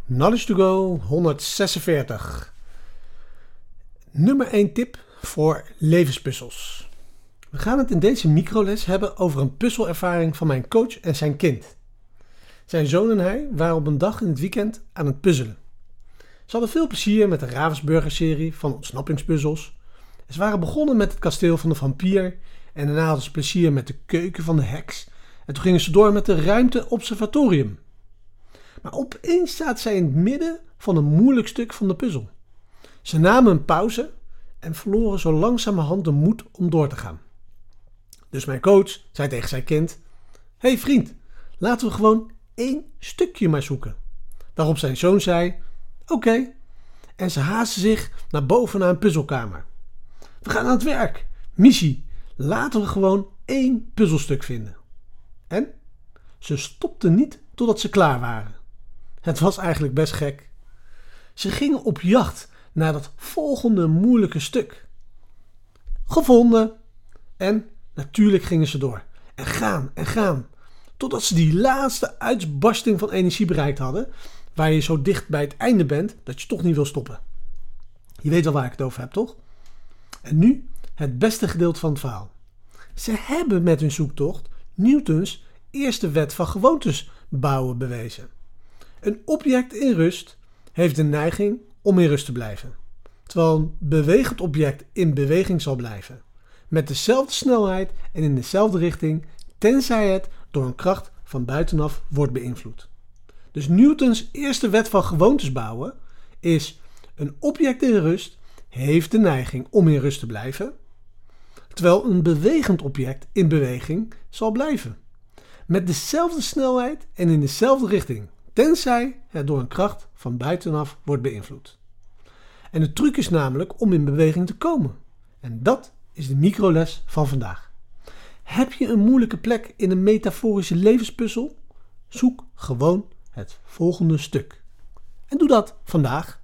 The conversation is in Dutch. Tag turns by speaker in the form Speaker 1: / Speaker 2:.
Speaker 1: Knowledge to Go 146. Nummer 1 tip voor levenspuzzels. We gaan het in deze microles hebben over een puzzelervaring van mijn coach en zijn kind. Zijn zoon en hij waren op een dag in het weekend aan het puzzelen. Ze hadden veel plezier met de Ravensburger-serie van ontsnappingspuzzels. Ze waren begonnen met het kasteel van de vampier en daarna hadden ze plezier met de keuken van de heks. En toen gingen ze door met de ruimte-observatorium. Maar opeens zaten zij in het midden van een moeilijk stuk van de puzzel. Ze namen een pauze en verloren zo langzamerhand de moed om door te gaan. Dus mijn coach zei tegen zijn kind: "Hey vriend, laten we gewoon 1 stukje maar zoeken." Waarop zijn zoon zei: "Oké." En ze haastten zich naar boven naar een puzzelkamer. "We gaan aan het werk. Missie, laten we gewoon 1 puzzelstuk vinden." En ze stopten niet totdat ze klaar waren. Het was eigenlijk best gek. Ze gingen op jacht naar dat volgende moeilijke stuk. Gevonden! En natuurlijk gingen ze door. En gaan. Totdat ze die laatste uitbarsting van energie bereikt hadden, waar je zo dicht bij het einde bent dat je toch niet wil stoppen. Je weet wel waar ik het over heb, toch? En nu het beste gedeelte van het verhaal. Ze hebben met hun zoektocht Newtons eerste wet van gewoontes bouwen bewezen. Een object in rust heeft de neiging om in rust te blijven, terwijl een bewegend object in beweging zal blijven, met dezelfde snelheid en in dezelfde richting, tenzij het door een kracht van buitenaf wordt beïnvloed. Dus Newtons eerste wet van gewoontes bouwen is: een object in rust heeft de neiging om in rust te blijven, terwijl een bewegend object in beweging zal blijven, met dezelfde snelheid en in dezelfde richting, tenzij het door een kracht van buitenaf wordt beïnvloed. En de truc is namelijk om in beweging te komen. En dat is de microles van vandaag. Heb je een moeilijke plek in een metaforische levenspuzzel? Zoek gewoon het volgende stuk. En doe dat vandaag.